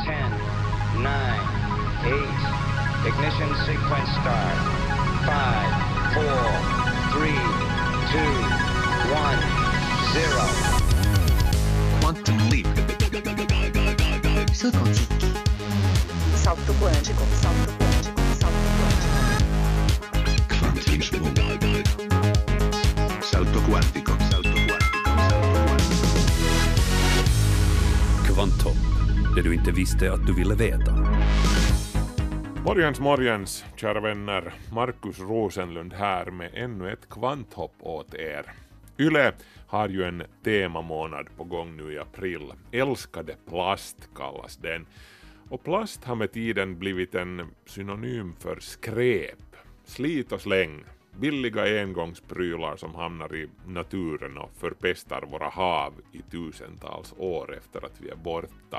10, 9, 8. Ignition sequence start. 5, 4, 3, 2, 1, 0. Quantum leap. Saut quantique. Salto quântico, salto quântico, salto quântico. Kvantinsprung. Salto quantico, salto quantico, salto quantico. Kvanthopp, det du inte visste att du ville veta. Morgens, kära vänner. Markus Rosenlund här med ännu ett kvanthopp åt er. Yle har ju en temamånad på gång nu i april. Älskade plast kallas den. Och plast har med tiden blivit en synonym för skräp. Slit och släng. Billiga engångsprylar som hamnar i naturen och förpestar våra hav i tusentals år efter att vi är borta.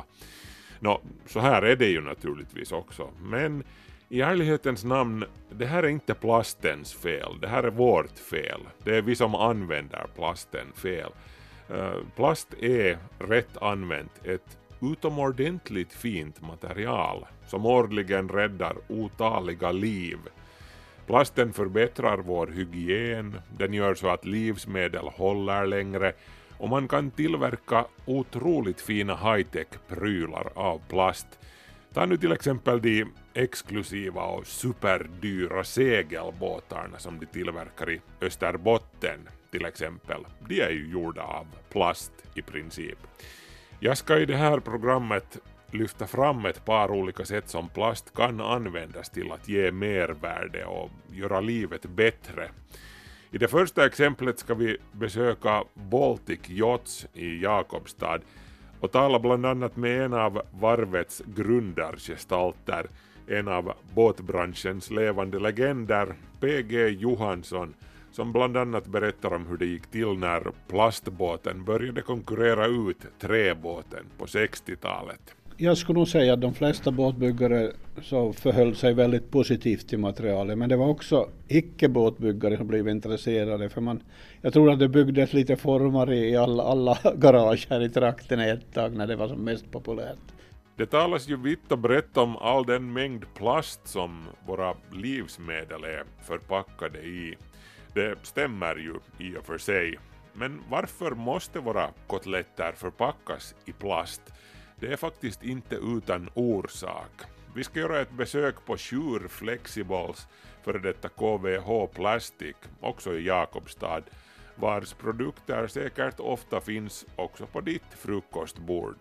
Så här är det ju naturligtvis också. Men i ärlighetens namn, det här är inte plastens fel. Det här är vårt fel. Det är vi som använder plasten fel. Plast är rätt använt ett utomordentligt fint material som årligen räddar otaliga liv. Plasten förbättrar vår hygien, den gör så att livsmedel håller längre och man kan tillverka otroligt fina high-tech-prylar av plast. Ta nu till exempel de exklusiva och superdyra segelbåtarna som de tillverkar i Österbotten till exempel. De är ju gjorda av plast i princip. Jag ska i det här programmet lyfta fram ett par olika sätt som plast kan användas till att ge mervärde och göra livet bättre. I det första exemplet ska vi besöka Baltic Yachts i Jakobstad och tala bland annat med en av varvets grundargestalter, en av båtbranschens levande legender, P.G. Johansson, som bland annat berättar om hur det gick till när plastbåten började konkurrera ut träbåten på 60-talet. Jag skulle nog säga att de flesta båtbyggare så förhöll sig väldigt positivt till materialet, men det var också icke-båtbyggare som blev intresserade, för jag tror att det byggdes lite formar i alla garage här i trakten ett tag när det var som mest populärt. Det talas ju vitt och brett om all den mängd plast som våra livsmedel är förpackade i. Det stämmer ju i och för sig. Men varför måste våra kotletter förpackas i plast? Det är faktiskt inte utan orsak. Vi ska göra ett besök på Shure Flexibles, för detta KVH Plastic, också i Jakobstad, vars produkter säkert ofta finns också på ditt frukostbord.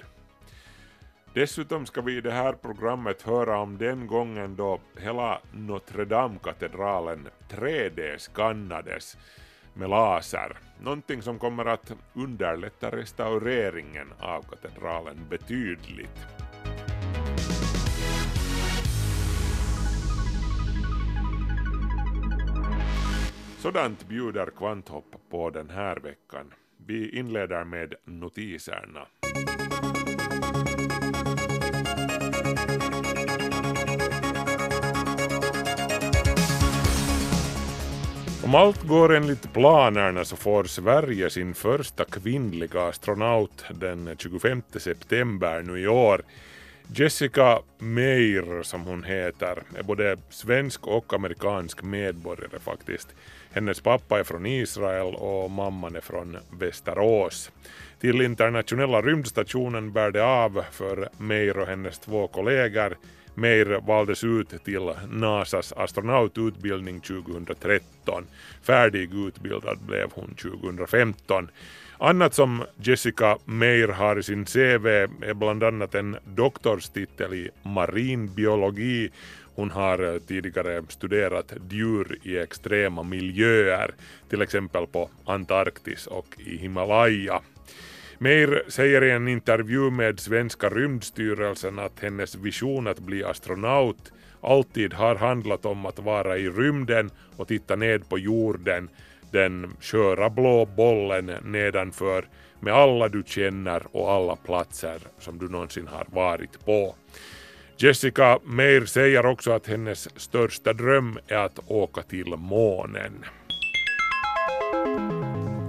Dessutom ska vi i det här programmet höra om den gången då hela Notre Dame-katedralen 3D-skannades med laser. Någonting som kommer att underlätta restaureringen av katedralen betydligt. Sådant bjuder Kvanthopp på den här veckan. Vi inleder med notiserna. Om allt går enligt planerna så får Sverige sin första kvinnliga astronaut den 25 september nu i år. Jessica Meir, som hon heter, är både svensk och amerikansk medborgare faktiskt. Hennes pappa är från Israel och mamman är från Västerås. Till internationella rymdstationen bär det av för Meir och hennes två kollegor. Meir valdes ut till NASAs astronaututbildning 2013. Färdig utbildad blev hon 2015. Annat som Jessica Meir har i sin CV är bland annat en doktorstitel i marinbiologi. Hon har tidigare studerat djur i extrema miljöer, till exempel på Antarktis och i Himalaya. Meir säger i en intervju med Svenska rymdstyrelsen att hennes vision att bli astronaut alltid har handlat om att vara i rymden och titta ned på jorden, den sköra blå bollen nedanför med alla du känner och alla platser som du någonsin har varit på. Jessica Meir säger också att hennes största dröm är att åka till månen.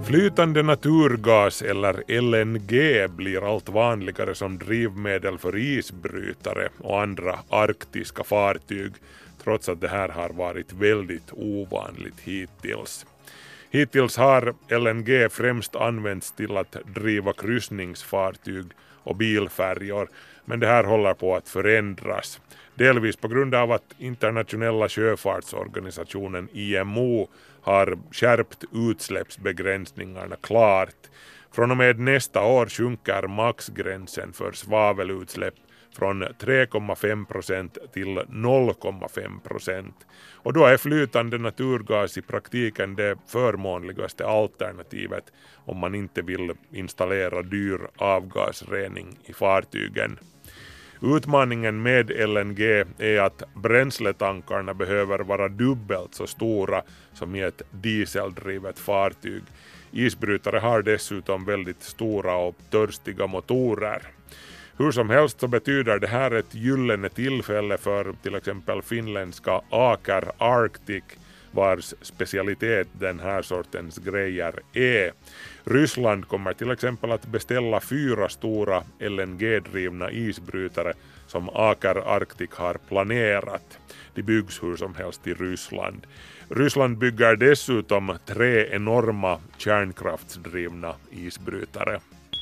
Flytande naturgas eller LNG blir allt vanligare som drivmedel för isbrytare och andra arktiska fartyg, trots att det här har varit väldigt ovanligt hittills. Hittills har LNG främst använts till att driva kryssningsfartyg och bilfärjor, men det här håller på att förändras. Delvis på grund av att internationella sjöfartsorganisationen IMO har skärpt utsläppsbegränsningarna klart. Från och med nästa år sjunker maxgränsen för svavelutsläpp från 3,5% till 0,5%. Och då är flytande naturgas i praktiken det förmånligaste alternativet om man inte vill installera dyr avgasrening i fartygen. Utmaningen med LNG är att bränsletankarna behöver vara dubbelt så stora som i ett dieseldrivet fartyg. Isbrytare har dessutom väldigt stora och törstiga motorer. Hur som helst så betyder det här ett gyllene tillfälle för till exempel finländska Aker Arctic, vars specialitet den här sortens grejer är. Ryssland kommer till exempel att beställa 4 stora LNG-drivna isbrytare som Aker Arctic har planerat. De byggs hur som helst i Ryssland. Ryssland bygger dessutom 3 enorma kärnkraftsdrivna isbrytare.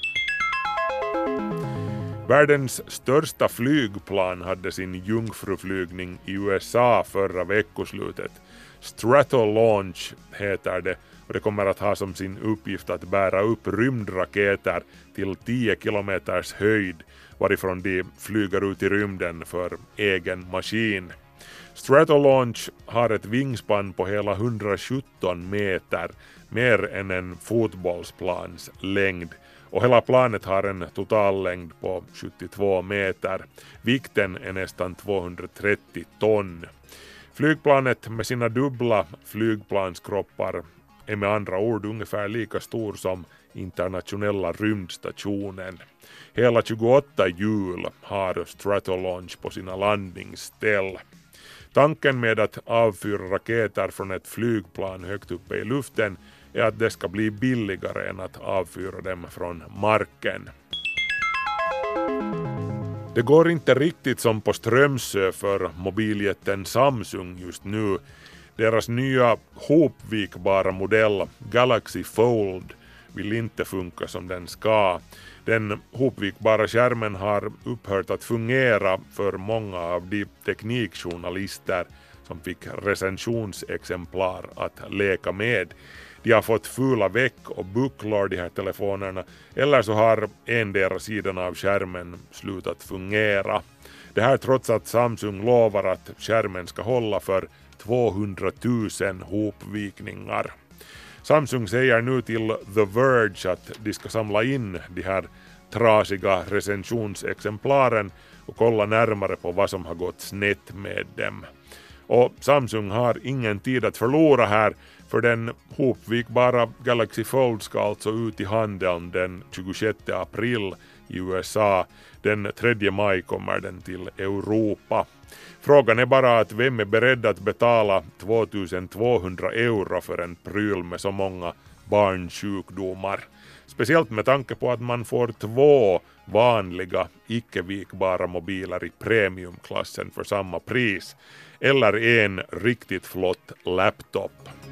Världens största flygplan hade sin jungfruflygning i USA förra veckoslutet. Stratolaunch heter det, och det kommer att ha som sin uppgift att bära upp rymdraketer till 10 kilometers höjd, varifrån de flyger ut i rymden för egen maskin. Stratolaunch har ett vingspann på hela 117 meter, mer än en fotbollsplans längd. Och hela planet har en totallängd på 72 meter. Vikten är nästan 230 ton. Flygplanet med sina dubbla flygplanskroppar är med andra ord ungefär lika stor som internationella rymdstationen. Hela 28 hjul har Stratolaunch på sina landningsställ. Tanken med att avfyra raketer från ett flygplan högt uppe i luften är att det ska bli billigare än att avfyra dem från marken. Det går inte riktigt som på Strömsö för mobiljätten Samsung just nu. Deras nya hopvikbara modell Galaxy Fold vill inte funka som den ska. Den hopvikbara skärmen har upphört att fungera för många av de teknikjournalister som fick recensionsexemplar att leka med. De har fått fula veck och bucklor, de här telefonerna, eller så har endera sidan av skärmen slutat fungera. Det här trots att Samsung lovar att skärmen ska hålla för 200 000 hopvikningar. Samsung säger nu till The Verge att de ska samla in de här trasiga recensionsexemplaren och kolla närmare på vad som har gått snett med dem. Och Samsung har ingen tid att förlora här, för den hopvikbara Galaxy Fold ska alltså ut i handeln den 26 april i USA. Den 3 maj kommer den till Europa. Frågan är bara att vem är beredd att betala 2200 euro för en pryl med så många barnsjukdomar. Speciellt med tanke på att man får 2 vanliga icke-vikbara mobiler i premiumklassen för samma pris. Eller en riktigt flott laptop.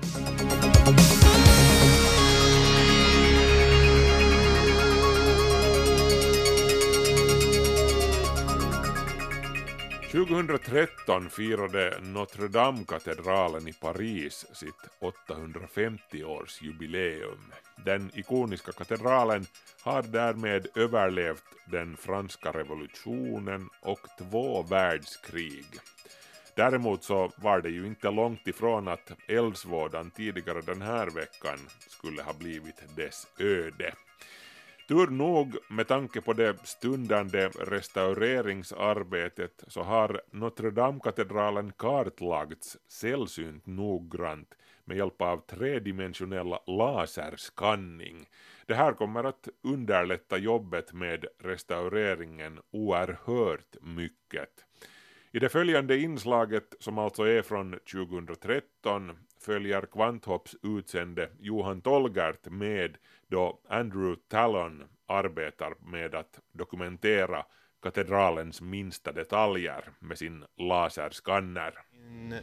–2013 firade Notre Dame-katedralen i Paris sitt 850-årsjubileum. Den ikoniska katedralen har därmed överlevt den franska revolutionen och 2 världskrig. Däremot så var det ju inte långt ifrån att eldsvådan tidigare den här veckan skulle ha blivit dess öde. Tur nog, med tanke på det stundande restaureringsarbetet, så har Notre Dame-katedralen kartlagts sällsynt noggrant med hjälp av 3-dimensionell laserskanning. Det här kommer att underlätta jobbet med restaureringen oerhört mycket. I det följande inslaget, som alltså är från 2013, följer Kvanthopps utsände Johan Tolgert med då Andrew Tallon arbetar med att dokumentera katedralens minsta detaljer med sin laserskanner. In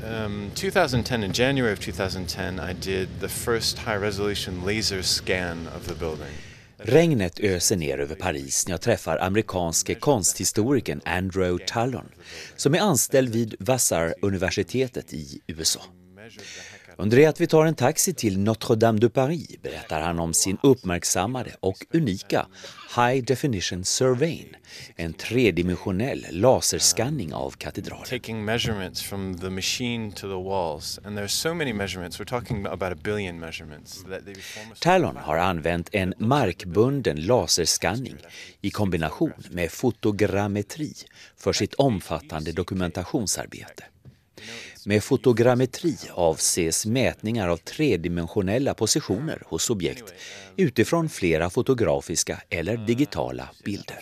2010, in January of 2010, I did the first high-resolution laser scan of the building. Regnet öser ner över Paris när jag träffar amerikanske konsthistorikern Andrew Tallon, som är anställd vid Vassar-universitetet i USA. Under det att vi tar en taxi till Notre Dame de Paris berättar han om sin uppmärksammade och unika High Definition Survey, en tredimensionell laserskanning av katedralen. Taking measurements from the machine to the walls, and there's so many measurements. We're talking about 1 billion measurements. Tallon har använt en markbunden laserskanning i kombination med fotogrammetri för sitt omfattande dokumentationsarbete. Med fotogrammetri avses mätningar av tredimensionella positioner hos objekt utifrån flera fotografiska eller digitala bilder.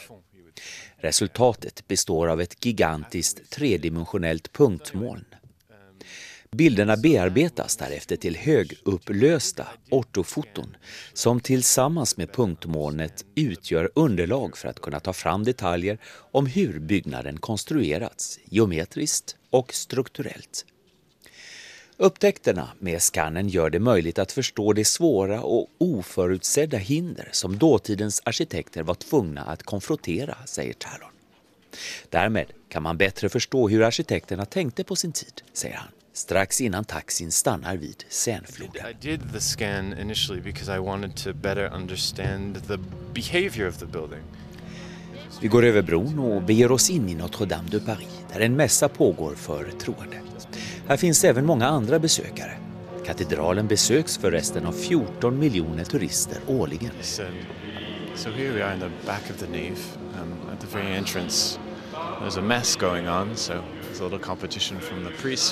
Resultatet består av ett gigantiskt tredimensionellt punktmoln. Bilderna bearbetas därefter till högupplösta ortofoton som tillsammans med punktmolnet utgör underlag för att kunna ta fram detaljer om hur byggnaden konstruerats geometriskt och strukturellt. Upptäckterna med skannen gör det möjligt att förstå de svåra och oförutsedda hinder som dåtidens arkitekter var tvungna att konfrontera, säger Tallon. Därmed kan man bättre förstå hur arkitekterna tänkte på sin tid, säger han, strax innan taxin stannar vid Seinefloden. I did the scan initially because I wanted to better understand the behavior of the building. Vi går över bron och beger oss in i Notre Dame de Paris, där en mässa pågår för troende. Här finns även många andra besökare. Katedralen besöks förresten av 14 miljoner turister årligen. So here we are in the back of the nave. At the very entrance there's a mass going on, so there's a little competition from the priest.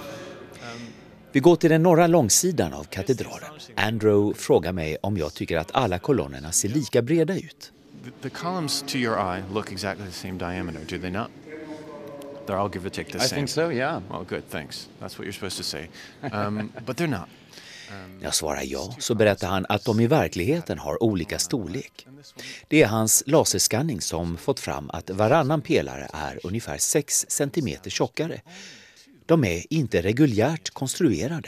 Vi går till den norra långsidan av katedralen. Andrew frågar mig om jag tycker att alla kolonnerna ser lika breda ut. The columns to your eye look exactly the same diameter, do they not? They're all give or take the same. I think so, yeah. Well, good, thanks. That's what you're supposed to say. But they're not. När jag svarar ja så berättar han att de i verkligheten har olika storlek. Det är hans laserskanning som fått fram att varannan pelare är ungefär 6 centimeter tjockare. De är inte reguljärt konstruerade.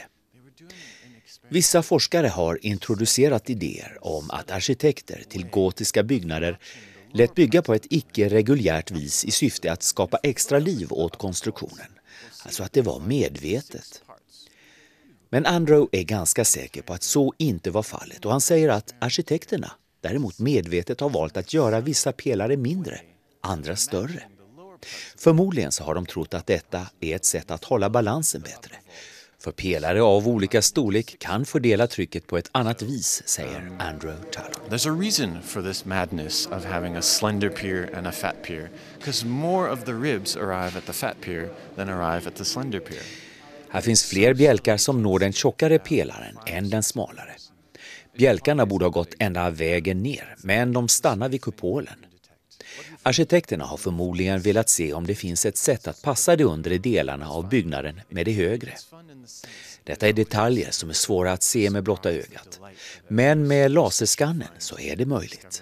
Vissa forskare har introducerat idéer om att arkitekter till gotiska byggnader lät bygga på ett icke-reguljärt vis i syfte att skapa extra liv åt konstruktionen. Alltså att det var medvetet. Men Andrew är ganska säker på att så inte var fallet och han säger att arkitekterna däremot medvetet har valt att göra vissa pelare mindre, andra större. Förmodligen så har de trott att detta är ett sätt att hålla balansen bättre. För pelare av olika storlek kan fördela trycket på ett annat vis, säger Andrew Tallon. There's a reason for this madness of having a slender pier and a fat pier, because more of the ribs arrive at the fat pier than arrive at the slender pier. Här finns fler bjälkar som når den tjockare pelaren än den smalare. Bjälkarna borde ha gått ända vägen ner, men de stannar vid kupolen. Arkitekterna har förmodligen velat se om det finns ett sätt att passa de undre delarna av byggnaden med det högre. Detta är detaljer som är svåra att se med blotta ögat. Men med laserskannen så är det möjligt.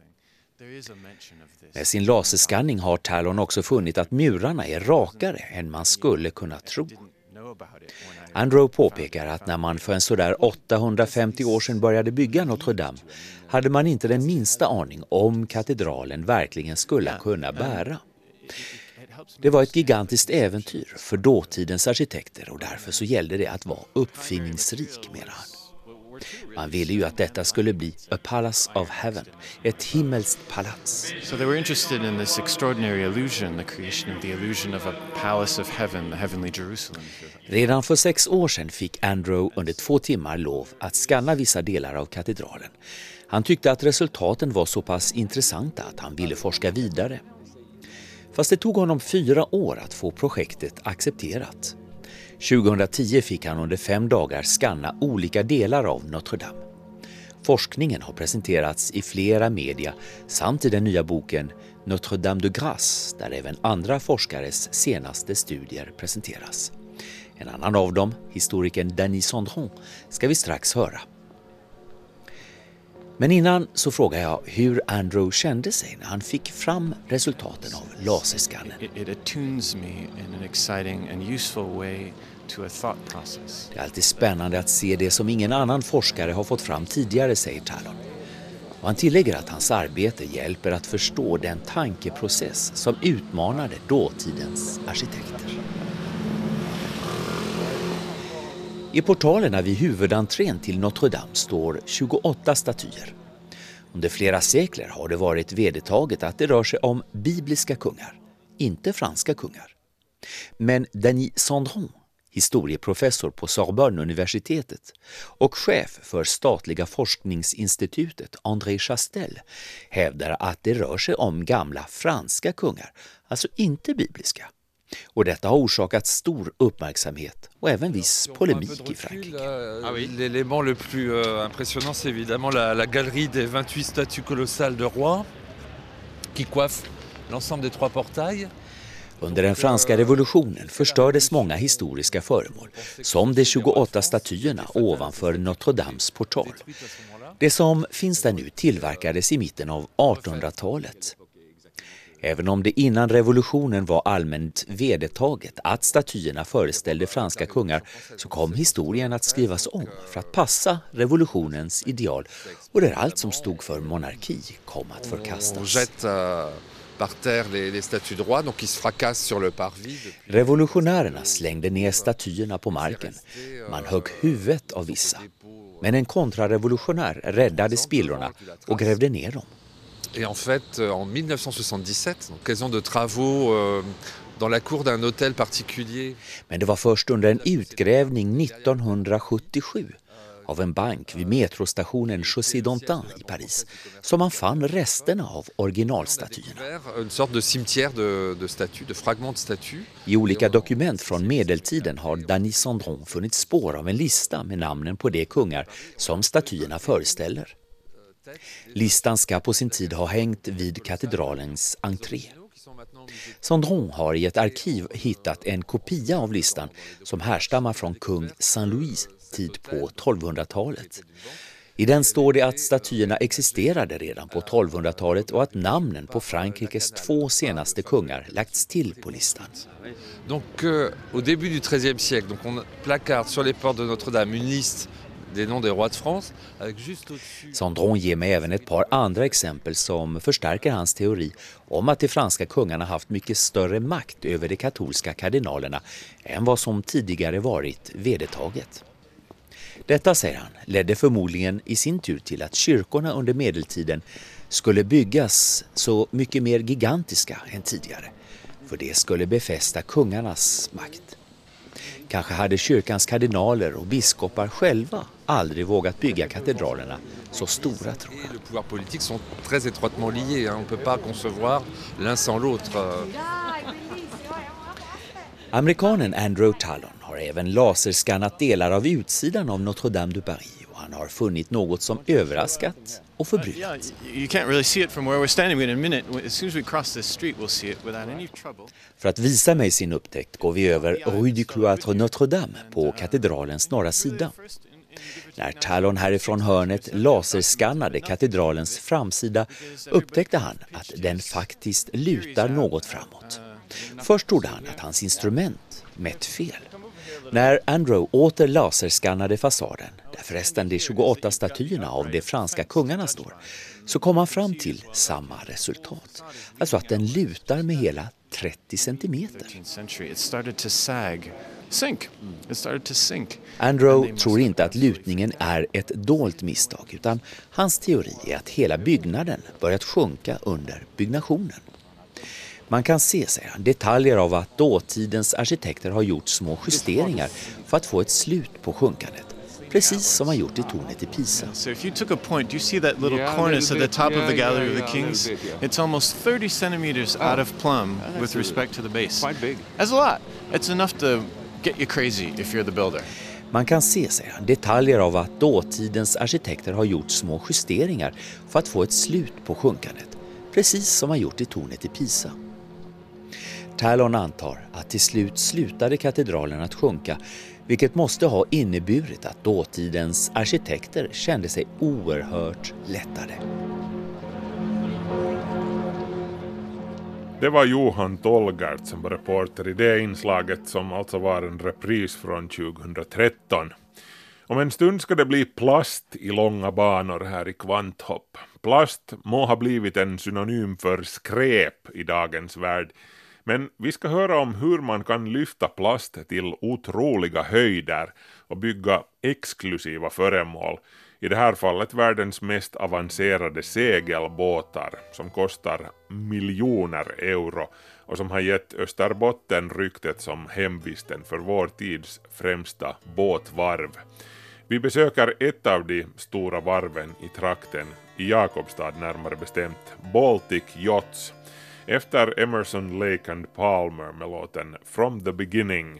Med sin laserskanning har Tallon också funnit att murarna är rakare än man skulle kunna tro. Andrew påpekar att när man för en sådär 850 år sedan började bygga Notre Dame hade man inte den minsta aning om katedralen verkligen skulle kunna bära. Det var ett gigantiskt äventyr för dåtidens arkitekter och därför så gällde det att vara uppfinningsrik, menar han. Man ville ju att detta skulle bli a palace of heaven, ett himmelskt palats. So they were interested in this extraordinary illusion, the creation of the illusion of a palace of heaven, the heavenly Jerusalem. Redan för 6 år sedan fick Andrew under 2 timmar lov att skanna vissa delar av katedralen. Han tyckte att resultaten var så pass intressanta att han ville forska vidare. Fast det tog honom 4 år att få projektet accepterat. 2010 fick han under 5 dagar skanna olika delar av Notre Dame. Forskningen har presenterats i flera media samt i den nya boken Notre Dame de Grâce, där även andra forskares senaste studier presenteras. En annan av dem, historikern Denis Sandron, ska vi strax höra. Men innan så frågar jag hur Andrew kände sig när han fick fram resultaten av laserskannen. It attunes me in an exciting and useful way to a thought process. Det är alltid spännande att se det som ingen annan forskare har fått fram tidigare, säger Talon. Och han tillägger att hans arbete hjälper att förstå den tankeprocess som utmanade dåtidens arkitekter. I portalerna vid huvudentrén till Notre Dame står 28 statyer. Under flera sekler har det varit vedertaget att det rör sig om bibliska kungar, inte franska kungar. Men Denis Sandron, historieprofessor på Sorbonne-universitetet och chef för statliga forskningsinstitutet André Chastel, hävdar att det rör sig om gamla franska kungar, alltså inte bibliska. Och detta har orsakat stor uppmärksamhet och även viss polemik i Frankrike. L'élément le plus impressionnant, c'est évidemment la galerie des 28 statues colossales de rois qui coiffent l'ensemble des trois portails. Under den franska revolutionen förstördes många historiska föremål, som de 28 statyerna ovanför Notre Dames portal. Det som finns där nu tillverkades i mitten av 1800-talet. Även om det innan revolutionen var allmänt vedertaget att statyerna föreställde franska kungar, så kom historien att skrivas om för att passa revolutionens ideal, och där allt som stod för monarki kom att förkastas. Revolutionärerna slängde ner statyerna på marken. Man högg huvudet av vissa. Men en kontrarevolutionär räddade spillrorna och grävde ner dem. Et en fait, en 1977, occasion de travaux dans la cour d'un hôtel particulier. Men det var först under en utgrävning 1977 av en bank vid metrostationen Chaussée d'Antin i Paris som man fann resterna av originalstatyerna. En sorte de cimetière de statues, de fragments de statues. I olika dokument från medeltiden har Denis Sandron funnit spår av en lista med namnen på de kungar som statyerna föreställer. Listan ska på sin tid ha hängt vid katedralens entré. Sandron har i ett arkiv hittat en kopia av listan som härstammar från kung Saint-Louis tid på 1200-talet. I den står det att statyerna existerade redan på 1200-talet och att namnen på Frankrikes 2 senaste kungar lagts till på listan. Donc au début du XIIIe siècle, donc on placarde sur les portes de Notre-Dame une liste des noms des rois de France avec juste au-dessus. Sandron ger mig även ett par andra exempel som förstärker hans teori om att de franska kungarna haft mycket större makt över de katolska kardinalerna än vad som tidigare varit vedertaget. Detta, säger han, ledde förmodligen i sin tur till att kyrkorna under medeltiden skulle byggas så mycket mer gigantiska än tidigare, för det skulle befästa kungarnas makt. Kanske hade kyrkans kardinaler och biskopar själva aldrig vågat bygga katedralerna så stora, tror jag. Les pouvoirs politiques sont très étroitement liés, on ne peut pas concevoir l'un sans l'autre. Amerikanen Andrew Talon har även laserskannat delar av utsidan av Notre Dame de Paris, och han har funnit något som överraskat och förbrytat. You can't really see it from where we're standing in a minute. As soon as we cross this street we'll see it without any trouble. För att visa mig sin upptäckt går vi över Rue du Cloître Notre Dame på katedralens norra sida. När Talon härifrån hörnet laserskannade katedralens framsida upptäckte han att den faktiskt lutar något framåt. Först trodde han att hans instrument mätt fel. När Andrew åter laserskannade fasaden, där förresten de 28 statyerna av de franska kungarna står, så kom han fram till samma resultat. Alltså att den lutar med hela 30 centimeter. Andrew tror inte att lutningen är ett dolt misstag, utan hans teori är att hela byggnaden börjat sjunka under byggnationen. Man kan se, säger han, detaljer av att dåtidens arkitekter har gjort små justeringar för att få ett slut på sjunkandet. Precis som man gjort i tornet i Pisa. So if you took a point, you see that little cornice at the top of the Gallery of the Kings? It's almost 30 centimeters out of plumb with respect to the base. Quite big. That's a lot. It's enough to get you crazy if you're the builder. Man kan se, säger han, detaljer av att dåtidens arkitekter har gjort små justeringar för att få ett slut på sjunkandet, precis som man gjort i tornet i Pisa. Talon antar att till slut slutade katedralen att sjunka, vilket måste ha inneburit att dåtidens arkitekter kände sig oerhört lättade. Det var Johan Tolgart som var reporter i det inslaget som alltså var en repris från 2013. Om en stund ska det bli plast i långa banor här i Kvanthopp. Plast må ha blivit en synonym för skräp i dagens värld. Men vi ska höra om hur man kan lyfta plast till otroliga höjder och bygga exklusiva föremål. I det här fallet världens mest avancerade segelbåtar som kostar miljoner euro och som har gett Österbotten ryktet som hemvisten för vår tids främsta båtvarv. Vi besöker ett av de stora varven i trakten, i Jakobstad närmare bestämt, Baltic Yachts, efter Emerson, Lake and Palmer med låten From the Beginning.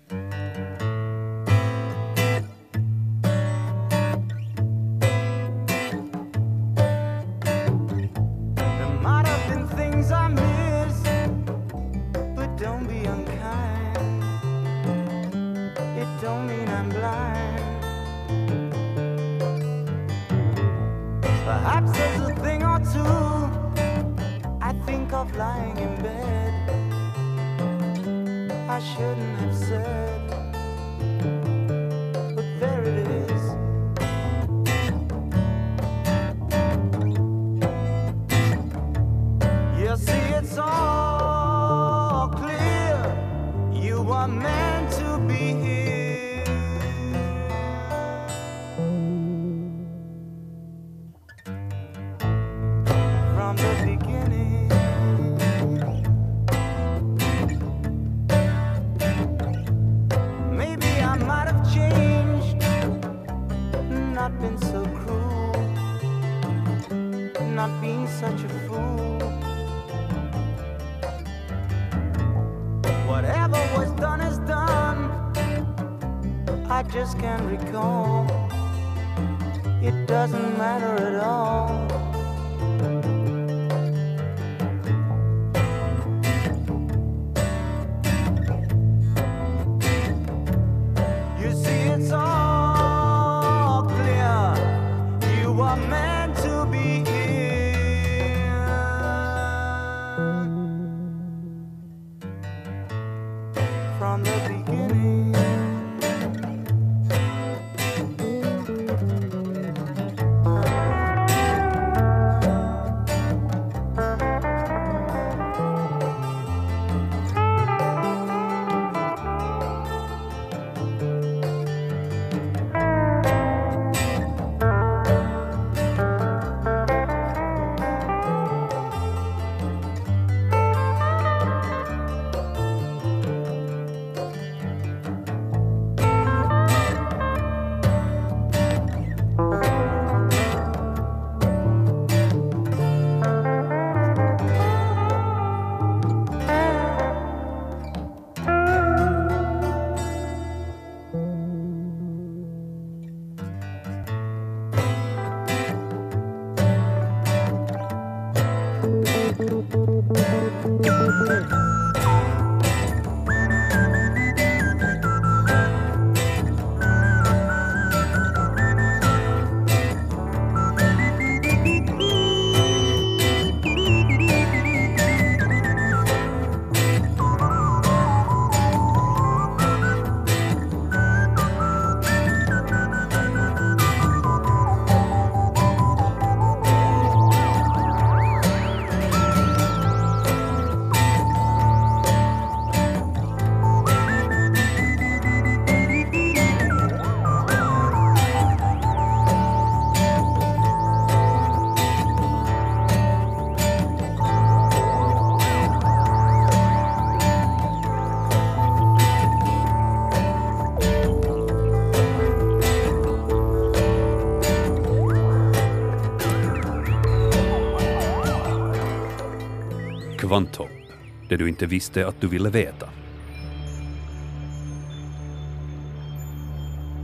Perhaps there's a thing or two I think of lying in bed I shouldn't have said, but there it is. You see, it's all clear. You are meant to be here. From the beginning, maybe I might have changed, not been so cruel, not being such a fool. Whatever was done is done, I just can't recall. It doesn't matter at all. Kvanthopp, det du inte visste att du ville veta.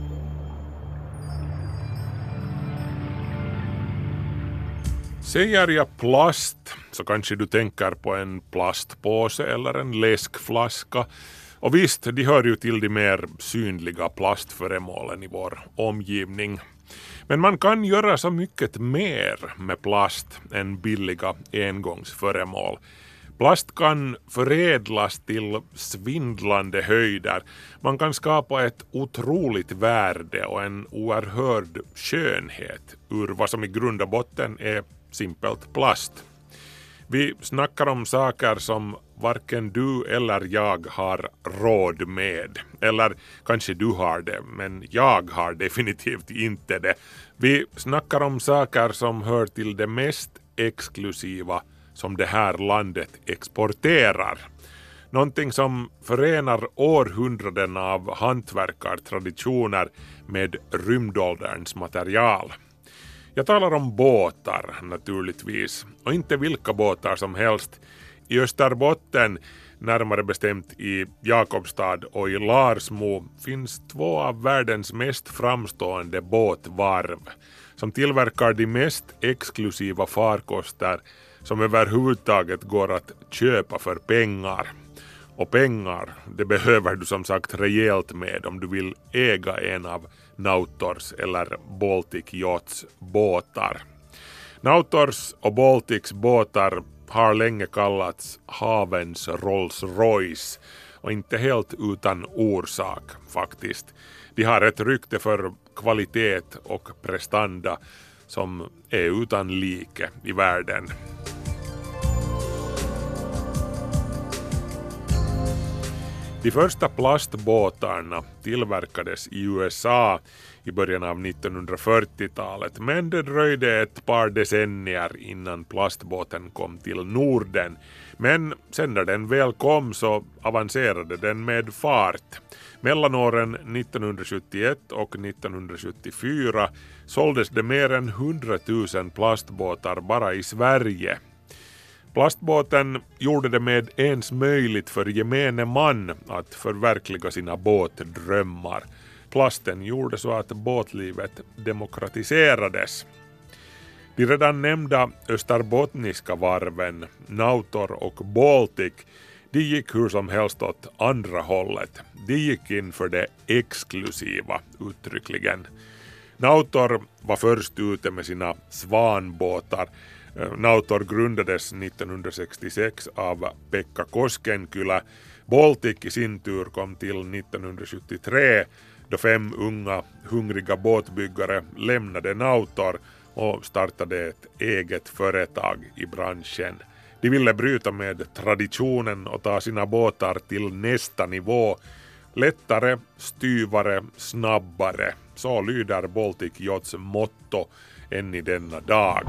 Säger jag plast så kanske du tänker på en plastpåse eller en läskflaska. Och visst, de hör ju till de mer synliga plastföremålen i vår omgivning. Men man kan göra så mycket mer med plast än billiga engångsföremål. Plast kan förädlas till svindlande höjder. Man kan skapa ett otroligt värde och en oerhörd skönhet ur vad som i grund och botten är simpelt plast. Vi snackar om saker som varken du eller jag har råd med. Eller kanske du har det, men jag har definitivt inte det. Vi snackar om saker som hör till det mest exklusiva som det här landet exporterar. Någonting som förenar århundraden av hantverkartraditioner med rymdålderns material. Jag talar om båtar naturligtvis, och inte vilka båtar som helst. I Österbotten, närmare bestämt i Jakobstad och i Larsmo, finns två av världens mest framstående båtvarv som tillverkar de mest exklusiva farkoster som överhuvudtaget går att köpa för pengar. Och pengar, det behöver du som sagt rejält med om du vill äga en av Nautors eller Baltic Yachts båtar. Nautors och Baltics båtar har länge kallats havens Rolls Royce, och inte helt utan orsak faktiskt. De har ett rykte för kvalitet och prestanda som är utan like i världen. De första plastbåtarna tillverkades i USA i början av 1940-talet, men det dröjde ett par decennier innan plastbåten kom till Norden. Men sen när den väl kom så avancerade den med fart. Mellan åren 1971 och 1974 såldes det mer än 100 000 plastbåtar bara i Sverige. Plastbåten gjorde det med ens möjligt för gemene man att förverkliga sina båtdrömmar. Plasten gjorde så att båtlivet demokratiserades. De redan nämnda österbottniska varven, Nautor och Baltic, de gick hur som helst åt andra hållet. De gick in för det exklusiva uttryckligen. Nautor var först ute med sina svanbåtar. Nautor grundades 1966 av Pekka Koskenkylä. Baltic i sin tur kom till 1973 då 5 unga hungriga båtbyggare lämnade Nautor och startade ett eget företag i branschen. De ville bryta med traditionen och ta sina båtar till nästa nivå. Lättare, styvare, snabbare. Så lyder Baltic Yachts motto än i denna dag.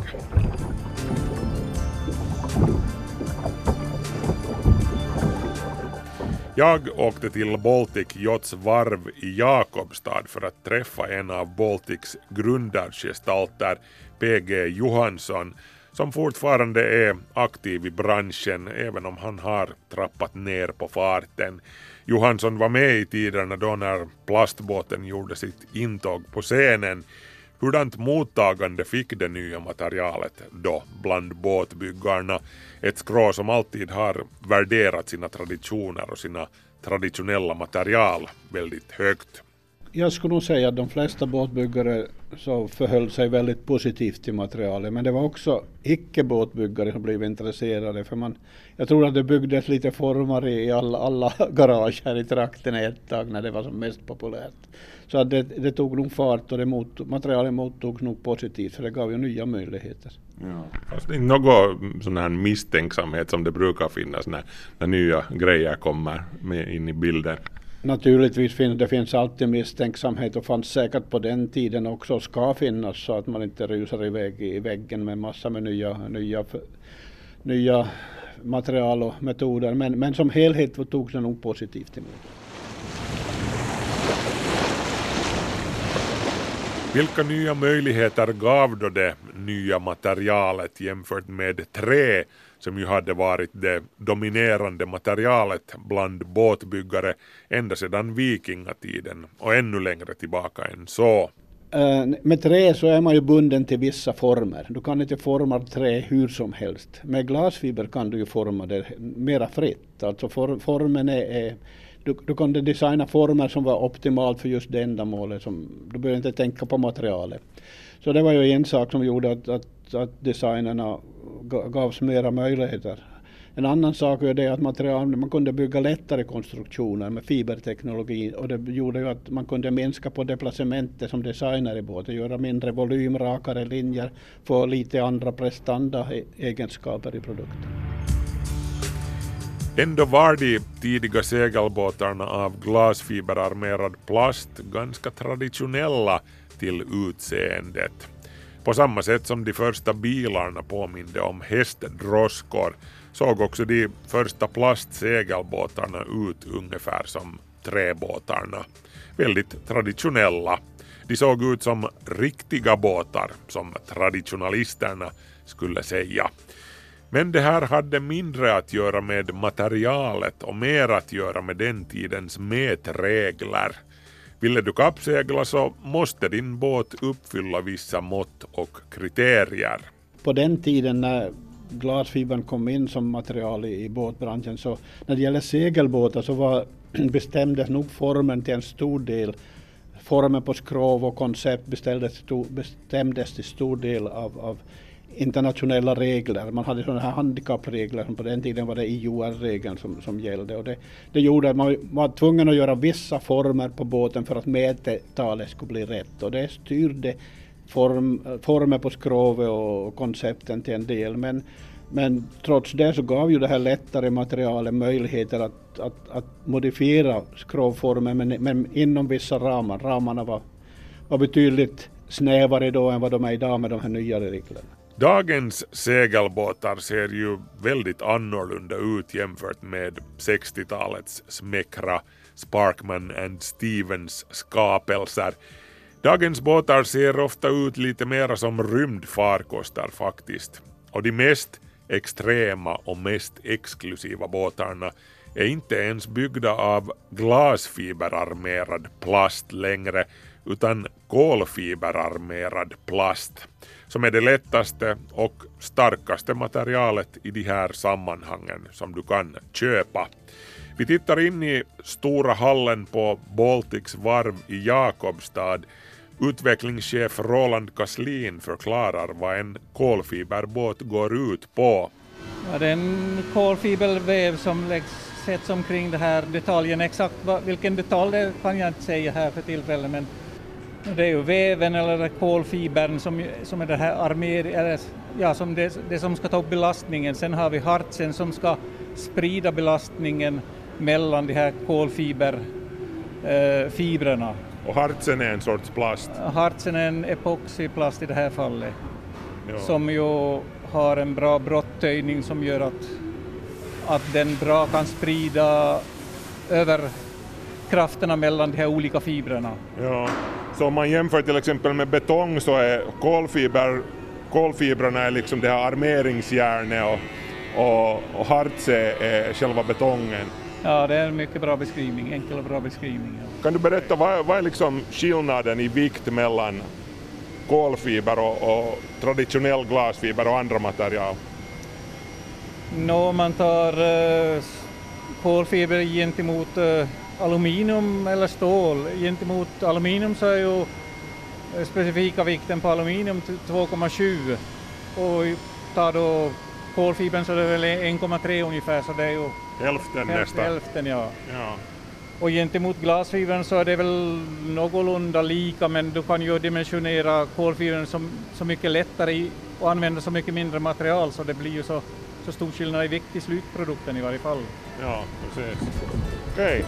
Jag åkte till Baltic Yachts varv i Jakobstad för att träffa en av Baltics grundargestalter, PG Johansson, som fortfarande är aktiv i branschen även om han har trappat ner på farten. Johansson var med i tiderna då när plastbåten gjorde sitt intåg på scenen. Hurdant mottagande fick det nya materialet då bland båtbyggarna? Ett skrå som alltid har värderat sina traditioner och sina traditionella material väldigt högt. Jag skulle nog säga att de flesta båtbyggare så förhöll sig väldigt positivt till materialet, men det var också icke-båtbyggare som blev intresserade, för jag tror att det byggdes lite formar i alla garage här i trakten ett tag när det var som mest populärt. Så att det tog nog fart och materialet mottogs nog positivt, för det gav ju nya möjligheter. Ja. Fast det är någon sån här misstänksamhet som det brukar finnas när nya grejer kommer med in i bilden. Naturligtvis finns alltid misstänksamhet, och fanns säkert på den tiden också, ska finnas, så att man inte rusar iväg i väggen med massa med nya material och metoder. Men som helhet togs det nog positivt emot. Vilka nya möjligheter gav då det nya materialet jämfört med trä, som ju hade varit det dominerande materialet bland båtbyggare ända sedan vikingatiden och ännu längre tillbaka än så? Med trä så är man ju bunden till vissa former. Du kan inte forma trä hur som helst. Med glasfiber kan du ju forma det mera fritt. Alltså formen är du kunde designa former som var optimalt för just det ändamålet. Du behöver inte tänka på materialet. Så det var ju en sak som gjorde att designerna gavs mera möjligheter. En annan sak är det att man kunde bygga lättare konstruktioner med fiberteknologi, och det gjorde ju att man kunde minska på deplacementet som designer i båten, göra mindre volym, rakare linjer, få lite andra prestanda-egenskaper i produkten. Ändå var de tidiga segelbåtarna av glasfiberarmerad plast ganska traditionella till utseendet. På samma sätt som de första bilarna påminde om hästdroskor såg också de första plastsegelbåtarna ut ungefär som träbåtarna. Väldigt traditionella. De såg ut som riktiga båtar, som traditionalisterna skulle säga. Men det här hade mindre att göra med materialet och mer att göra med den tidens mätregler. Ville du kappsegla så måste din båt uppfylla vissa mått och kriterier. På den tiden när glasfibern kom in som material i båtbranschen, så när det gäller segelbåtar så bestämdes nog formen till en stor del. Formen på skrov och koncept bestämdes till stor del av internationella regler. Man hade sådana här handikappregler, som på den tiden var det IOR-regeln som gällde. Och det gjorde att man var tvungen att göra vissa former på båten för att mätetalet skulle bli rätt. Och det styrde former på skrovet och koncepten till en del. Men trots det så gav ju det här lättare materialet möjligheter att modifiera skrovformen, men inom vissa ramar. Ramarna var betydligt snävare då än vad de är idag med de här nyare reglerna. Dagens segelbåtar ser ju väldigt annorlunda ut jämfört med 60-talets smäckra Sparkman and Stevens skapelser. Dagens båtar ser ofta ut lite mer som rymdfarkoster faktiskt. Och de mest extrema och mest exklusiva båtarna är inte ens byggda av glasfiberarmerad plast längre, utan kolfiberarmerad plast, som är det lättaste och starkaste materialet i de här sammanhangen som du kan köpa. Vi tittar in i stora hallen på Baltics varv i Jakobstad. Utvecklingschef Roland Kaslin förklarar vad en kolfiberbåt går ut på. Ja, det är en kolfiberväv som sätts omkring det här detaljen. Exakt vilken detalj det kan jag inte säga här för tillfället, men det är ju väven eller kolfibern som är det här som det som ska ta upp belastningen. Sen har vi hartsen som ska sprida belastningen mellan de här kolfiberfibrerna. Och hartsen är en sorts plast? Hartsen är en epoxyplast i det här fallet. Ja. Som ju har en bra brottöjning som gör att den bra kan sprida över krafterna mellan de här olika fibrerna. Ja. Så om man jämför till exempel med betong så är kolfibrerna är liksom det här armeringsjärnet och hartse är själva betongen. Ja, det är en mycket bra beskrivning, enkel och bra beskrivning. Ja. Kan du berätta vad är liksom skillnaden i vikt mellan kolfiber och traditionell glasfiber och andra material? Om man tar kolfiber gentemot aluminium eller stål. Gentemot aluminium så är ju specifika vikten på aluminium 2,7 och tar då kolfibern så är det väl 1,3 ungefär, så det är ju hälften nästan. Hälften, ja. Och gentemot glasfibern så är det väl någorlunda lika, men du kan ju dimensionera kolfibern så mycket lättare och använda så mycket mindre material, så det blir ju så stor skillnad i vikt i slutprodukten i varje fall. Ja, precis. Okej.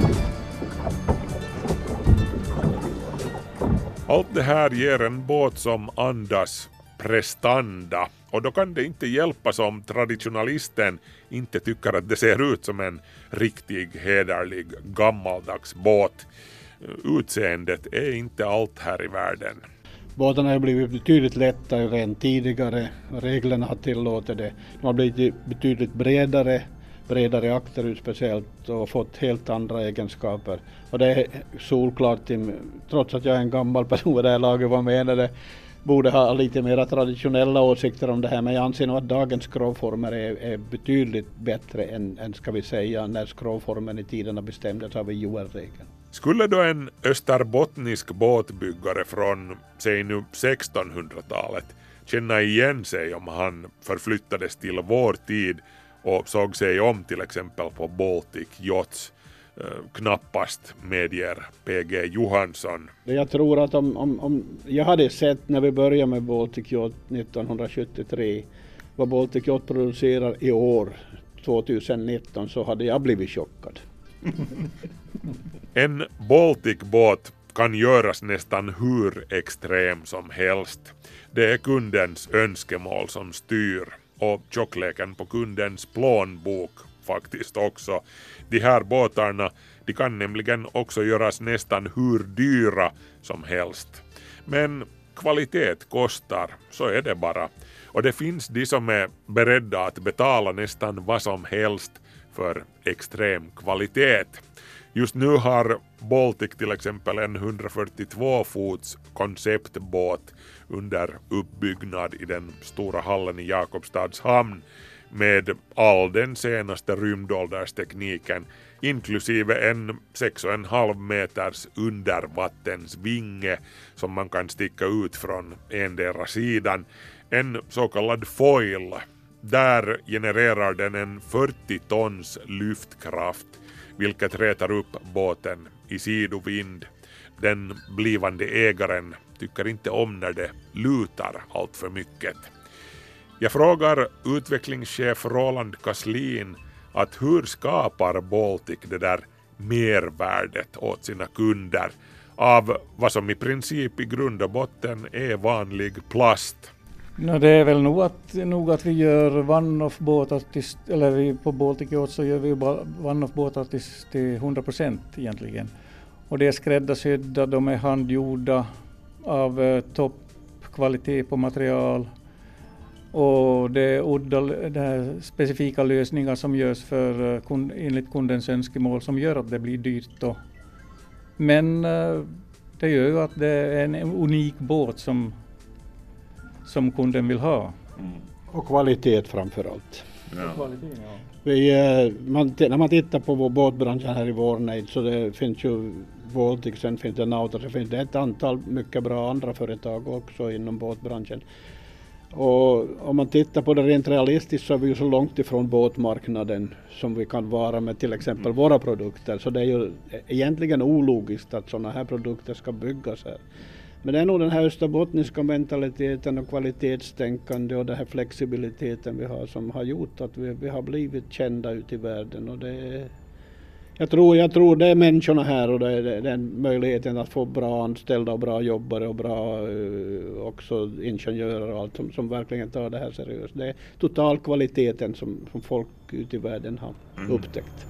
Allt det här ger en båt som andas prestanda, och då kan det inte hjälpa som traditionalisten inte tycker att det ser ut som en riktig hederlig gammaldags båt. Utseendet är inte allt här i världen. Båtarna har blivit betydligt lättare än tidigare. Reglerna har tillåtit det. De har blivit betydligt bredare bredare akterut speciellt och fått helt andra egenskaper. Och det är solklart, trots att jag är en gammal person i det här laget, vad menar det, borde ha lite mer traditionella åsikter om det här, men jag anser nog att dagens skrovformer är betydligt bättre än ska vi säga när skrovformen i tiderna bestämdes av Joel-regeln. Skulle då en österbottnisk båtbyggare från, säg nu 1600-talet, känna igen sig om han förflyttades till vår tid och såg sig om till exempel på Baltic Yachts? Knappast, medger PG Johansson. Jag tror att om jag hade sett när vi började med Baltic Yacht 1973 vad Baltic Yacht producerar i år 2019 så hade jag blivit chockad. En Baltic-båt kan göras nästan hur extrem som helst. Det är kundens önskemål som styr och tjockleken på kundens plånbok faktiskt också. De här båtarna, de kan nämligen också göras nästan hur dyra som helst. Men kvalitet kostar, så är det bara. Och det finns de som är beredda att betala nästan vad som helst för extrem kvalitet. Just nu har Baltic till exempel en 142-fots konceptbåt under uppbyggnad i den stora hallen i Jakobstads hamn med all den senaste rymdålderstekniken, inklusive en 6,5 meters undervattensvinge som man kan sticka ut från endera sidan, en så kallad foil. Där genererar den en 40 tons lyftkraft, vilket rätar upp båten i sidovind. Den blivande ägaren tycker inte om när det lutar allt för mycket. Jag frågar utvecklingschef Roland Kaslin att hur skapar Baltic det där mervärdet åt sina kunder av vad som i princip i grund och botten är vanlig plast. Det är väl nog att vi gör one-off-båtar eller vi på Baltic Yacht så gör vi one-off-båtar till 100% egentligen. Och det är skräddarsydda, de är handgjorda av toppkvalitet på material. Och det är specifika lösningar som görs för enligt kundens önskemål som gör att det blir dyrt då. Men det gör ju att det är en unik båt som kunden vill ha. Och kvalitet framförallt. Ja. Kvalitet, ja. När man tittar på vår båtbranschen här i Vårnejd så det finns ju Baltic, sen finns det Nauta, så finns det ett antal mycket bra andra företag också inom båtbranschen. Och om man tittar på det rent realistiskt så är vi ju så långt ifrån båtmarknaden som vi kan vara med till exempel våra produkter. Så det är ju egentligen ologiskt att sådana här produkter ska byggas här. Men det är nog den här österbottniska mentaliteten och kvalitetstänkande och den här flexibiliteten vi har som har gjort att vi har blivit kända ut i världen. Och det, jag tror det är människorna här och det är den möjligheten att få bra anställda och bra jobbare och bra också ingenjörer och allt som verkligen tar det här seriöst. Det är totalkvaliteten som folk ute i världen har upptäckt.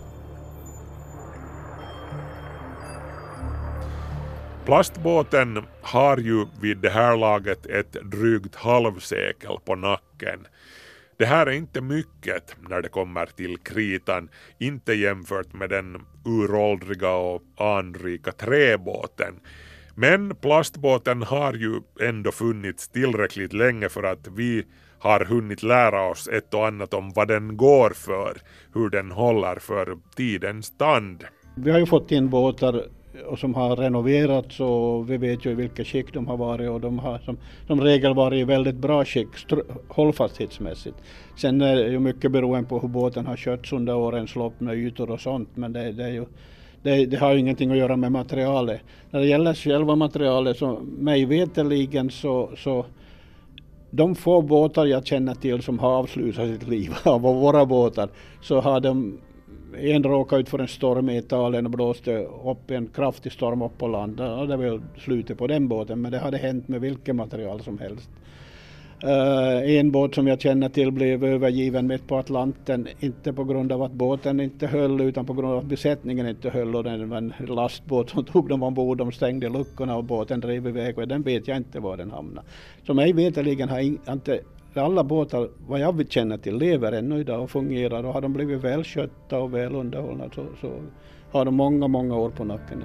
Plastbåten har ju vid det här laget ett drygt halvsekel på nacken. Det här är inte mycket när det kommer till kritan, inte jämfört med den uråldriga och anrika träbåten. Men plastbåten har ju ändå funnits tillräckligt länge för att vi har hunnit lära oss ett och annat om vad den går för, hur den håller för tidens tand. Vi har ju fått in båtar och som har renoverats och vi vet ju i vilka skick de har varit och de har som regel varit i väldigt bra skick hållfasthetsmässigt. Sen är det ju mycket beroende på hur båten har körts under årens lopp med ytor och sånt, men det har ju ingenting att göra med materialet. När det gäller själva materialet så mig veterligen så de få båtar jag känner till som har avslutat sitt liv av våra båtar så har de en råkade ut för en storm i Italien och blåste upp en kraftig storm upp på land. Det är väl slutet på den båten, men det hade hänt med vilket material som helst. En båt som jag känner till blev övergiven mitt på Atlanten, inte på grund av att båten inte höll utan på grund av att besättningen inte höll och det var en lastbåt som tog dem ombord, de stängde luckorna och båten drev iväg och den vet jag inte var den hamnade. Så mig veterligen har inte alla båtar, vad jag känner till, lever ännu idag och fungerar, och har de blivit välskötta och väl underhållna så har de många år på nacken.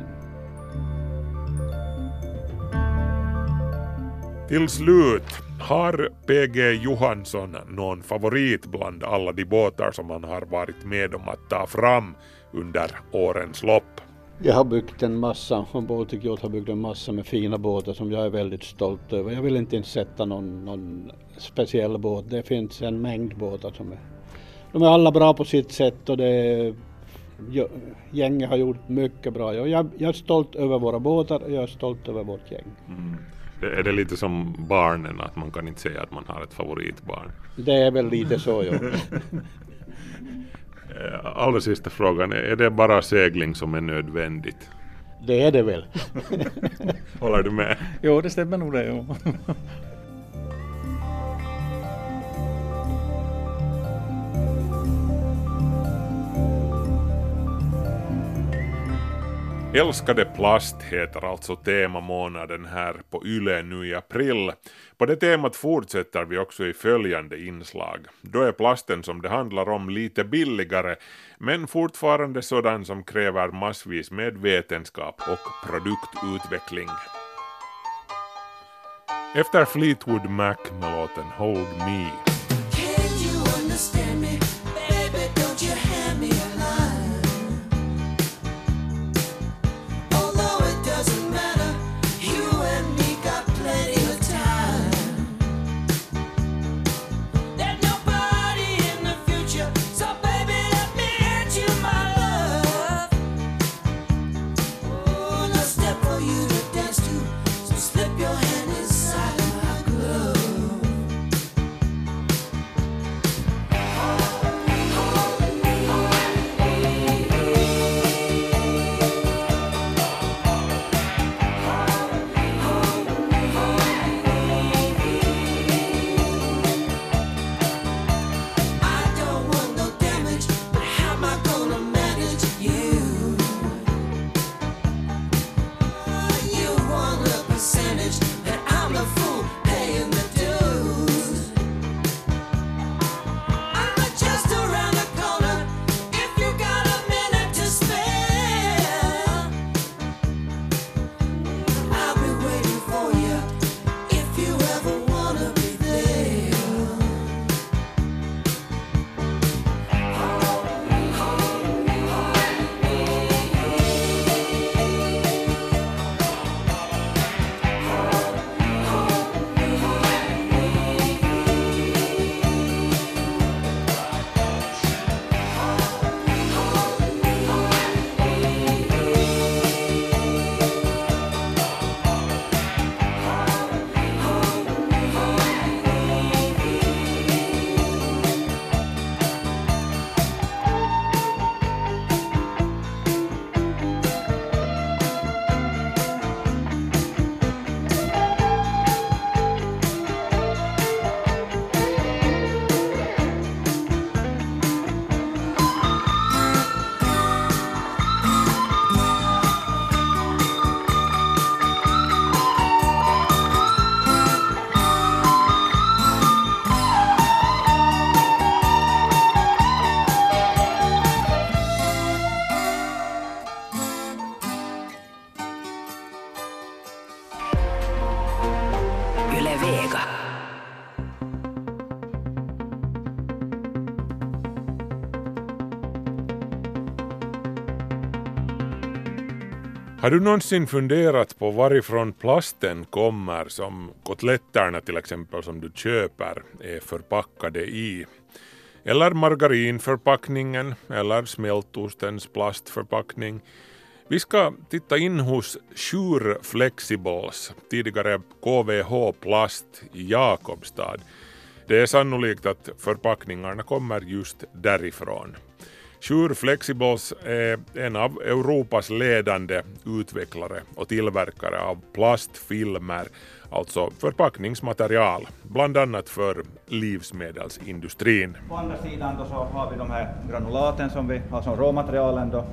Till slut, har PG Johansson någon favorit bland alla de båtar som han har varit med om att ta fram under årens lopp? Jag har byggt en massa, från Baltic Yacht har byggt en massa med fina båtar som jag är väldigt stolt över. Jag vill inte sätta någon speciell båt. Det finns en mängd båtar de är alla bra på sitt sätt, och gänget har gjort mycket bra. Jag är stolt över våra båtar och jag är stolt över vårt gäng. Mm. Är det lite som barnen, att man kan inte säga att man har ett favoritbarn? Det är väl lite så, ja. Allra sista frågan, är det bara segling som är nödvändigt? Det är det väl. Håller du med? Jo, det stämmer nog det. Jo. Älskade plast heter alltså temamånaden här på Yle nu i april. På det temat fortsätter vi också i följande inslag. Då är plasten som det handlar om lite billigare, men fortfarande sådan som kräver massvis med vetenskap och produktutveckling. Efter Fleetwood Mac med låten Hold Me. Har du någonsin funderat på varifrån plasten kommer som kotletterna till exempel som du köper är förpackade i? Eller margarinförpackningen eller smältostens plastförpackning? Vi ska titta in hos Sure Flexibles, tidigare KVH Plast i Jakobstad. Det är sannolikt att förpackningarna kommer just därifrån. Sure Flexibles är en av Europas ledande utvecklare och tillverkare av plastfilmer, alltså förpackningsmaterial, bland annat för livsmedelsindustrin. På andra sidan då så har vi de här granulaten som vi har som råmaterialen då.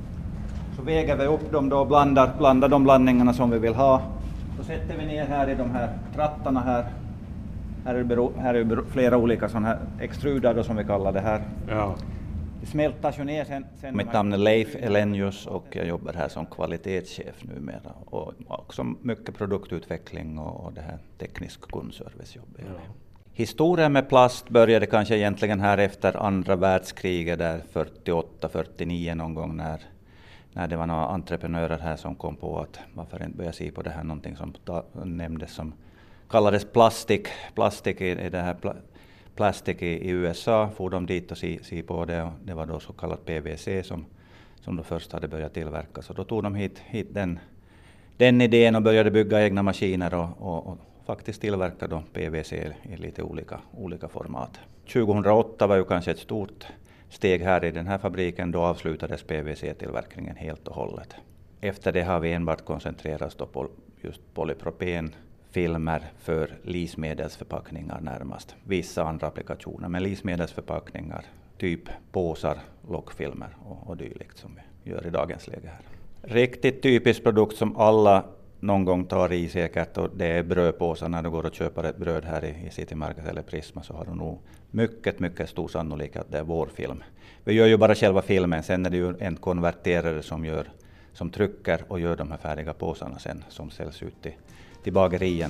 Så väger vi upp dem då och blandar de blandningarna som vi vill ha. Då sätter vi ner här i de här trattarna här. Här är flera olika sådana här extruder då, som vi kallar det här. Ja. Det smältas ju ner sen. Mitt namn är Leif Elenius och jag jobbar här som kvalitetschef numera. Och också mycket produktutveckling och det här teknisk kundservice jobbar jag med. Historien med plast började kanske egentligen här efter andra världskriget, där 48-49 någon gång, när det var några entreprenörer här som kom på att varför inte börja se på det här, någonting som nämndes som kallades plastik i det här plastik i USA, får de dit och se på det, och det var då så kallat PVC som då först hade börjat tillverkas, och då tog de hit den idén och började bygga egna maskiner och faktiskt tillverka då PVC i lite olika format. 2008 var ju kanske ett stort steg här i den här fabriken, då avslutades PVC-tillverkningen helt och hållet. Efter det har vi enbart koncentrerat oss då på just polypropenfilmer för livsmedelsförpackningar närmast. Vissa andra applikationer, men livsmedelsförpackningar, typ påsar, lockfilmer och dylikt som vi gör i dagens läge här. Riktigt typisk produkt som alla någon gång tar i säkert, och det är brödpåsar. När du går och köper ett bröd här i City Market eller Prisma, så har du nog mycket stor sannolikhet att det är vår film. Vi gör ju bara själva filmen, sen är det ju en konverterare som trycker och gör de här färdiga påsarna sen, som säljs ut till bagerierna.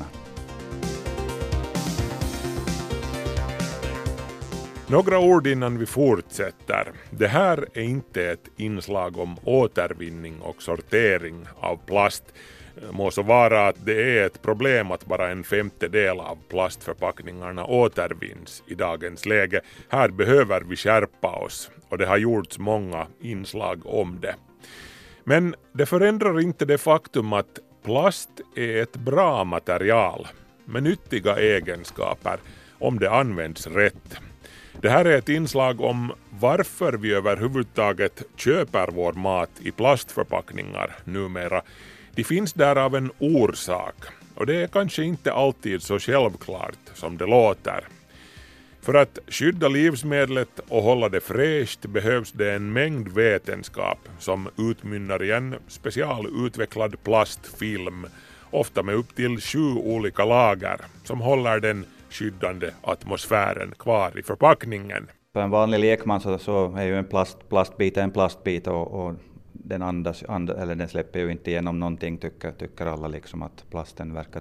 Några ord innan vi fortsätter. Det här är inte ett inslag om återvinning och sortering av plast. Må så vara att det är ett problem att bara 1/5 av plastförpackningarna återvinns i dagens läge. Här behöver vi skärpa oss, och det har gjorts många inslag om det. Men det förändrar inte det faktum att plast är ett bra material med nyttiga egenskaper om det används rätt. Det här är ett inslag om varför vi överhuvudtaget köper vår mat i plastförpackningar numera. Det finns där av en orsak, och det är kanske inte alltid så självklart som det låter. För att skydda livsmedlet och hålla det fräscht behövs det en mängd vetenskap som utmynnar i en specialutvecklad plastfilm, ofta med upp till 7 olika lager som håller den skyddande atmosfären kvar i förpackningen. För en vanlig lekman så är ju en plastbit en plastbit, och den andas, eller den släpper ju inte igenom någonting, tycker alla liksom, att plasten verkar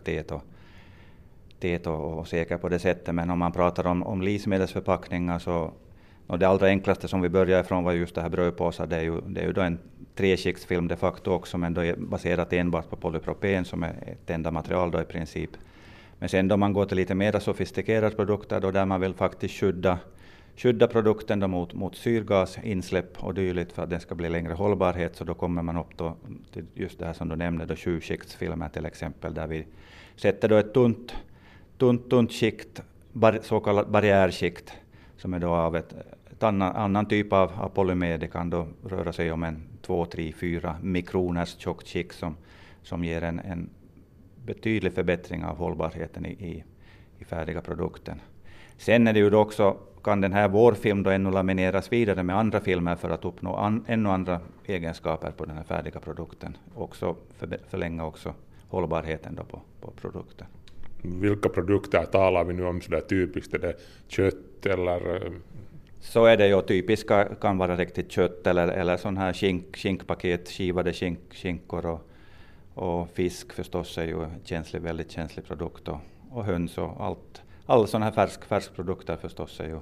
tät och säker på det sättet. Men om man pratar om livsmedelsförpackningar, så och det allra enklaste som vi börjar ifrån var just det här brödpåsar. Det är ju då en 3-skiktsfilm de facto också, men då är baserat enbart på polypropen som är ett enda material då i princip. Men sen då man går till lite mer sofistikerade produkter, då där man vill faktiskt skydda produkten då mot syrgas, insläpp och dylikt för att den ska bli längre hållbarhet, så då kommer man upp då till just det här som du nämnde, då 7-skiktsfilmer till exempel, där vi sätter då ett tunt skikt, så kallat barriärskikt, som är då av ett annan typ av polymer. Det kan då röra sig om en 2, 3, 4 mikroners tjockt skikt som ger en betydlig förbättring av hållbarheten i färdiga produkten. Sen är det ju då också, kan den här vårfilm då ännu lamineras vidare med andra filmer för att uppnå ännu andra egenskaper på den här färdiga produkten. Också förlänga också hållbarheten då på produkten. Vilka produkter talar vi nu om sådär typiskt? Är det kött eller? Så är det ju, typiska kan vara riktigt kött eller sån här skinkpaket, skivade skinkor och fisk förstås är ju väldigt känslig produkt, och höns och allt. Alla sådana här färskprodukter förstås är ju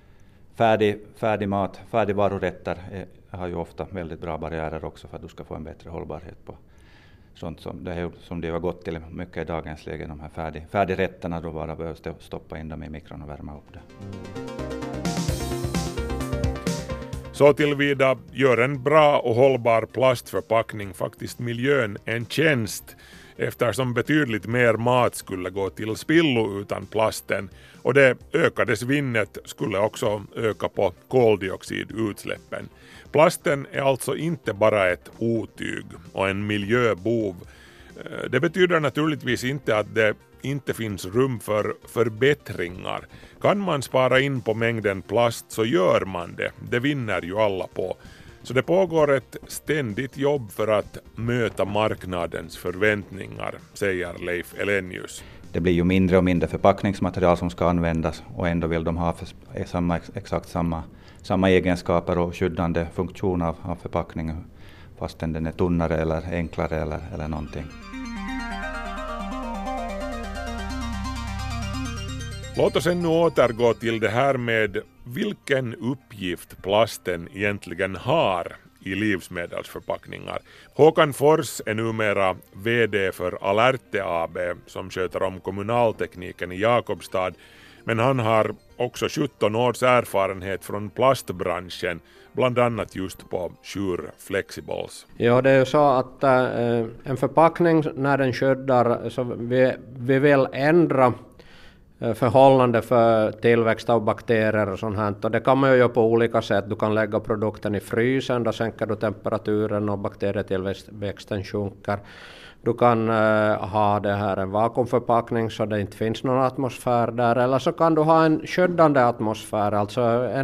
färdig mat, färdigvarurätter har ju ofta väldigt bra barriärer också för att du ska få en bättre hållbarhet på sånt som det har gått till mycket i dagens läge, de här färdigrätterna, då bara behövs det stoppa in dem i mikron och värma upp det. Så tillvida gör en bra och hållbar plastförpackning faktiskt miljön en tjänst, eftersom betydligt mer mat skulle gå till spillo utan plasten, och det ökade svinnet skulle också öka på koldioxidutsläppen. Plasten är alltså inte bara ett otyg och en miljöbov. Det betyder naturligtvis inte att det inte finns rum för förbättringar. Kan man spara in på mängden plast så gör man det. Det vinner ju alla på. Så det pågår ett ständigt jobb för att möta marknadens förväntningar, säger Leif Elenius. det blir ju mindre och mindre förpackningsmaterial som ska användas och ändå vill de ha exakt samma egenskaper och skyddande funktion av förpackningen fastän den är tunnare eller enklare eller någonting. Låt oss ännu återgå till det här med vilken uppgift plasten egentligen har i livsmedelsförpackningar. Håkan Fors är numera VD för Alerte AB som sköter om kommunaltekniken i Jakobstad, men han har också 17 års erfarenhet från plastbranschen, bland annat just på Shure Flexibles. Ja, det är ju så att en förpackning när den skyddar, så vi vill ändra förhållande för tillväxt av bakterier och sånt här. Och det kan man ju göra på olika sätt. Du kan lägga produkten i frysen, då sänker du temperaturen och bakterietillväxten sjunker. Du kan ha det här en vakuumförpackning så det inte finns någon atmosfär där. Eller så kan du ha en skyddande atmosfär, alltså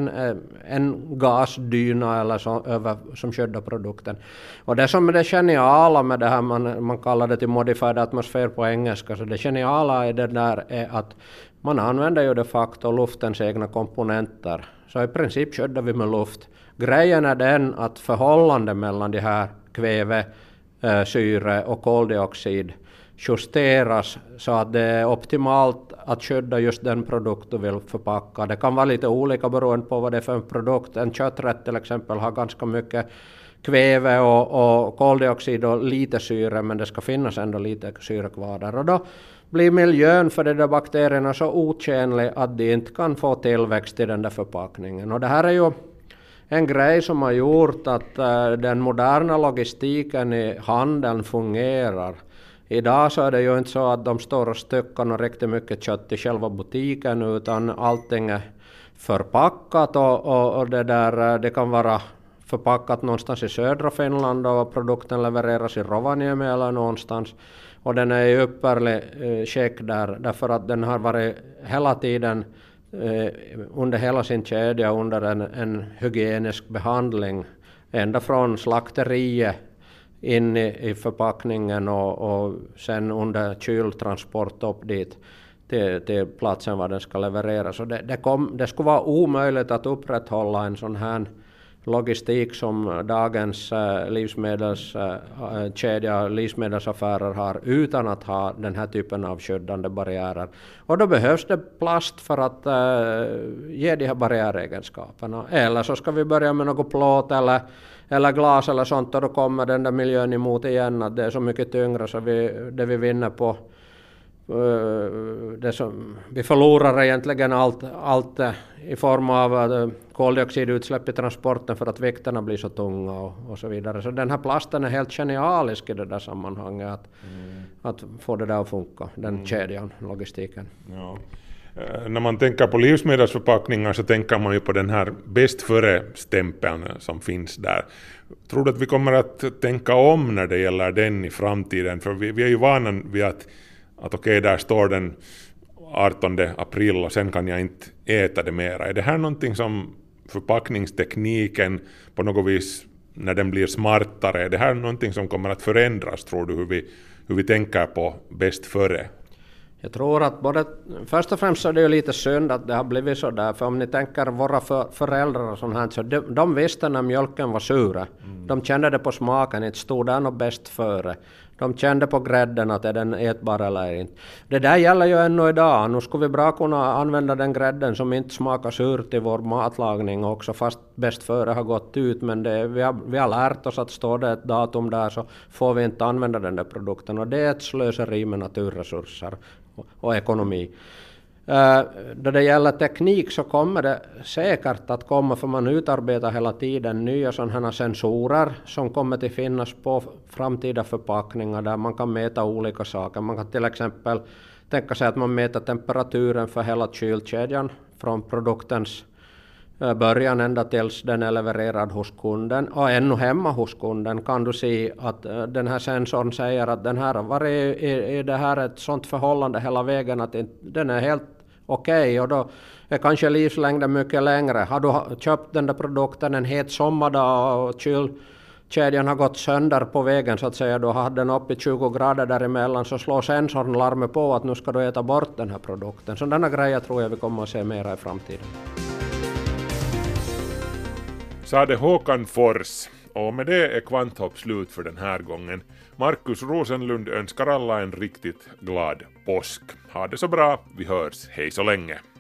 en gasdyna eller så, som skyddar produkten. Och det som är det geniala med det här, man kallar det till modified atmosfär på engelska, så det geniala i det där är att man använder ju de facto luftens egna komponenter. Så i princip skyddar vi med luft. Grejen är den att förhållande mellan de här kväve, syre och koldioxid justeras så att det är optimalt att skydda just den produkt du vill förpacka. Det kan vara lite olika beroende på vad det är för en produkt. En kötträtt till exempel har ganska mycket kväve och koldioxid och lite syre, men det ska finnas ändå lite syre kvar där. Och då blir miljön för de där bakterierna så otjänlig att de inte kan få tillväxt i den där förpackningen. Och det här är ju en grej som har gjort att den moderna logistiken i handeln fungerar. Idag så är det ju inte så att de står och styckar och riktigt mycket kött i själva butiken, utan allting är förpackat och det kan vara förpackat någonstans i södra Finland och produkten levereras i Rovaniemi eller någonstans. Och den är i ypperlig skick där, därför att den har varit hela tiden under hela sin kedja under en hygienisk behandling, ända från slakteriet in i förpackningen och sen under kyltransport upp dit till platsen var den ska levereras. Så det skulle vara omöjligt att upprätthålla en sån här logistik som dagens livsmedelsaffärer har utan att ha den här typen av skyddande barriärer. Och då behövs det plast för att ge de här barriäregenskaperna. Eller så ska vi börja med något plåt eller glas eller sånt, och då kommer den där miljön emot igen, att det är så mycket tyngre så det vi vinner på vi förlorar egentligen allt i form av koldioxidutsläpp i transporten för att vikterna blir så tunga och så vidare. Så den här plasten är helt genialisk i det där sammanhanget att få det där att funka, den kedjan, logistiken. Ja. När man tänker på livsmedelsförpackningar så tänker man ju på den här bäst före-stämpeln som finns där. Tror du att vi kommer att tänka om när det gäller den i framtiden? För vi är ju vana vid att okej, där står den 18 april och sen kan jag inte äta det mera. Är det här någonting som förpackningstekniken på något vis, när den blir smartare, är det här någonting som kommer att förändras, tror du, hur vi tänker på bäst före? Jag tror att först och främst så är det ju lite synd att det har blivit så där, för om ni tänker våra föräldrar och sånt här, så de visste när mjölken var sura. De kände det på smaken, inte stod där något bäst före. De kände på grädden att är den ätbar eller inte. Det där gäller ju ännu idag. Nu skulle vi bra kunna använda den grädden som inte smakar surt i vår matlagning också, fast bäst före har gått ut. Men vi har lärt oss att står det ett datum där så får vi inte använda den där produkten. Och det är ett slöseri med naturresurser och ekonomi. Då det gäller teknik så kommer det säkert att komma, för man utarbetar hela tiden nya sådana sensorer som kommer att finnas på framtida förpackningar där man kan mäta olika saker. Man kan till exempel tänka sig att man mäter temperaturen för hela kylkedjan från produktens början ända tills den är levererad hos kunden. Och ännu hemma hos kunden kan du se att den här sensorn säger att den här har varit i det här ett sånt förhållande hela vägen att den är helt okej, och då är kanske livslängden mycket längre. Har du köpt den där produkten en het sommardag och kedjan har gått sönder på vägen så att säga, då hade den upp i 20 grader däremellan, så slår sensorn larmet på att nu ska du äta bort den här produkten. Så denna grejer tror jag vi kommer att se mera i framtiden. Sade Håkan Fors. Och med det är Kvanthopp slut för den här gången. Markus Rosenlund önskar alla en riktigt glad påsk. Ha det så bra, vi hörs, hej så länge.